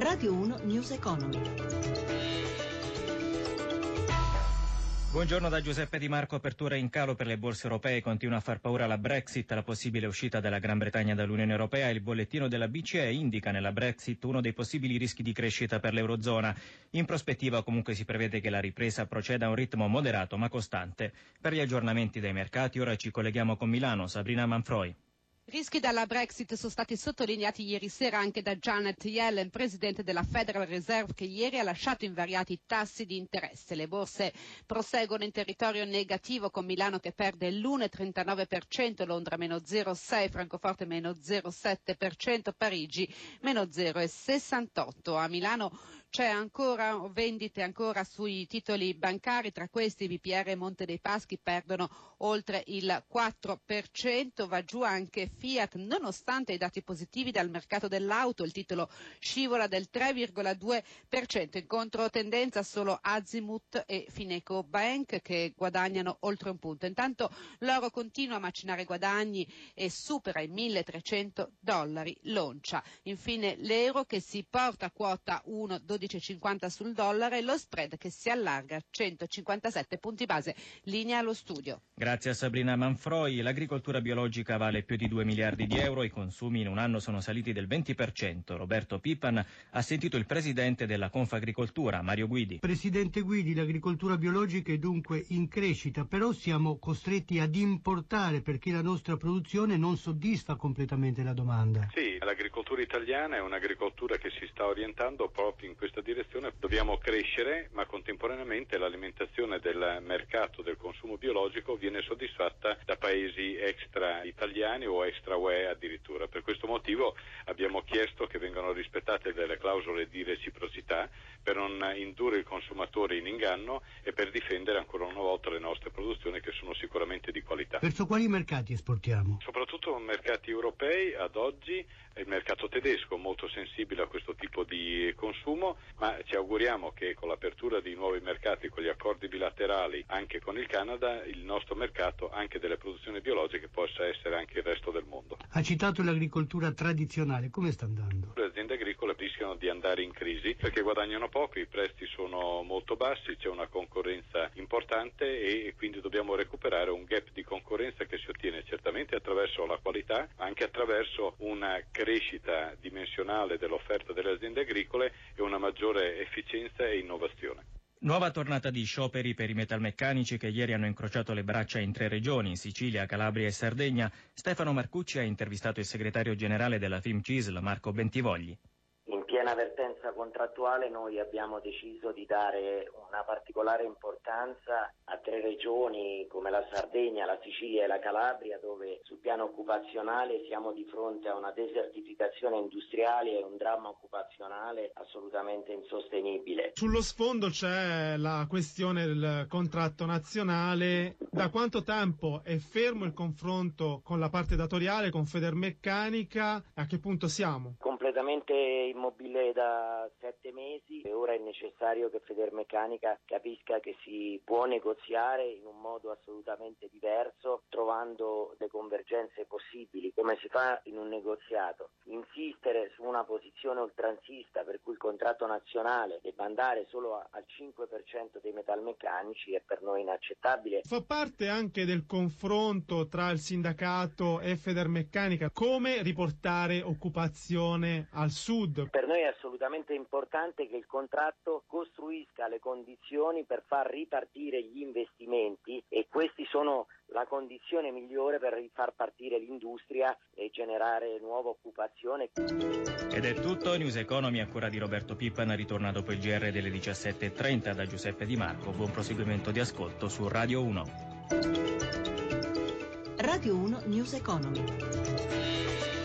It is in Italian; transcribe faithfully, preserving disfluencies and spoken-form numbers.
Radio uno News Economy. Buongiorno da Giuseppe Di Marco. Apertura in calo per le borse europee, continua a far paura la Brexit, la possibile uscita della Gran Bretagna dall'Unione Europea. Il bollettino della B C E indica nella Brexit uno dei possibili rischi di crescita per l'Eurozona. In prospettiva comunque si prevede che la ripresa proceda a un ritmo moderato ma costante. Per gli aggiornamenti dei mercati ora ci colleghiamo con Milano. Sabrina Manfroi. Rischi dalla Brexit sono stati sottolineati ieri sera anche da Janet Yellen, presidente della Federal Reserve, che ieri ha lasciato invariati i tassi di interesse. Le borse proseguono in territorio negativo, con Milano che perde l'uno virgola trentanove per cento, Londra meno zero virgola sei per cento, Francoforte meno zero virgola sette per cento, Parigi meno zero virgola sessantotto per cento. A Milano c'è ancora vendite ancora sui titoli bancari, tra questi B P R e Monte dei Paschi perdono oltre il quattro per cento, va giù anche Fiat nonostante i dati positivi dal mercato dell'auto, il titolo scivola del tre virgola due per cento, in controtendenza solo Azimut e Fineco Bank che guadagnano oltre un punto. Intanto l'oro continua a macinare guadagni e supera i milletrecento dollari l'oncia. Infine l'euro che si porta a quota uno virgola dodici cinquanta sul dollaro e lo spread che si allarga a centocinquantasette punti base. Linea allo studio. Grazie a Sabrina Manfroi. L'agricoltura biologica vale più di due miliardi di euro, i consumi in un anno sono saliti del venti per cento. Roberto Pippan ha sentito il presidente della Confagricoltura, Mario Guidi. Presidente Guidi, l'agricoltura biologica è dunque in crescita, però siamo costretti ad importare perché la nostra produzione non soddisfa completamente la domanda. Sì, l'agricoltura italiana è un'agricoltura che si sta orientando proprio in questa direzione. Dobbiamo crescere, ma contemporaneamente l'alimentazione del mercato del consumo biologico viene soddisfatta da paesi extra italiani o extra U E addirittura. Per questo motivo abbiamo chiesto che vengano rispettate delle clausole di reciprocità per non indurre il consumatore in inganno e per difendere ancora una volta le nostre produzioni che sono sicuramente di qualità. Verso quali mercati esportiamo? Soprattutto mercati europei ad oggi, il mercato tedesco molto sensibile a questo tipo di consumo, ma ci auguriamo che con l'apertura di nuovi mercati, con gli accordi bilaterali anche con il Canada, il nostro mercato anche delle produzioni biologiche possa essere anche il resto del mondo. Ha citato l'agricoltura tradizionale, come sta andando? Le aziende agricole rischiano di andare in crisi perché guadagnano poco, i prezzi sono molto bassi, c'è una concorrenza importante e quindi dobbiamo recuperare un gap di concorrenza che si ottiene certamente attraverso la qualità, ma anche attraverso una crescita dimensionale dell'offerta delle aziende agricole e una maggiore efficienza e innovazione. Nuova tornata di scioperi per i metalmeccanici che ieri hanno incrociato le braccia in tre regioni, in Sicilia, Calabria e Sardegna. Stefano Marcucci ha intervistato il segretario generale della FIMCISL, Marco Bentivogli. In piena avvertenza contrattuale noi abbiamo deciso di dare una particolare importanza a tre regioni come la Sardegna, la Sicilia e la Calabria, dove sul piano occupazionale siamo di fronte a una desertificazione industriale e un dramma occupazionale assolutamente insostenibile. Sullo sfondo c'è la questione del contratto nazionale. Da quanto tempo è fermo il confronto con la parte datoriale, con Federmeccanica? A che punto siamo? Completamente immobile da sette mesi e ora è necessario che Federmeccanica capisca che si può negoziare in un modo assolutamente diverso, trovando le convergenze possibili, come si fa in un negoziato. Insistere su una posizione oltranzista per cui il contratto nazionale debba andare solo a, al cinque per cento dei metalmeccanici è per noi inaccettabile. Fa parte anche del confronto tra il sindacato e Federmeccanica come riportare occupazione al sud. Per noi è assolutamente importante che il contratto costruisca le condizioni per far ripartire gli investimenti e questi sono la condizione migliore per far partire l'industria e generare nuova occupazione. Ed è tutto. News Economy a cura di Roberto Pippan ritorna dopo il G R delle diciassette e trenta da Giuseppe Di Marco. Buon proseguimento di ascolto su Radio uno. Radio uno News Economy.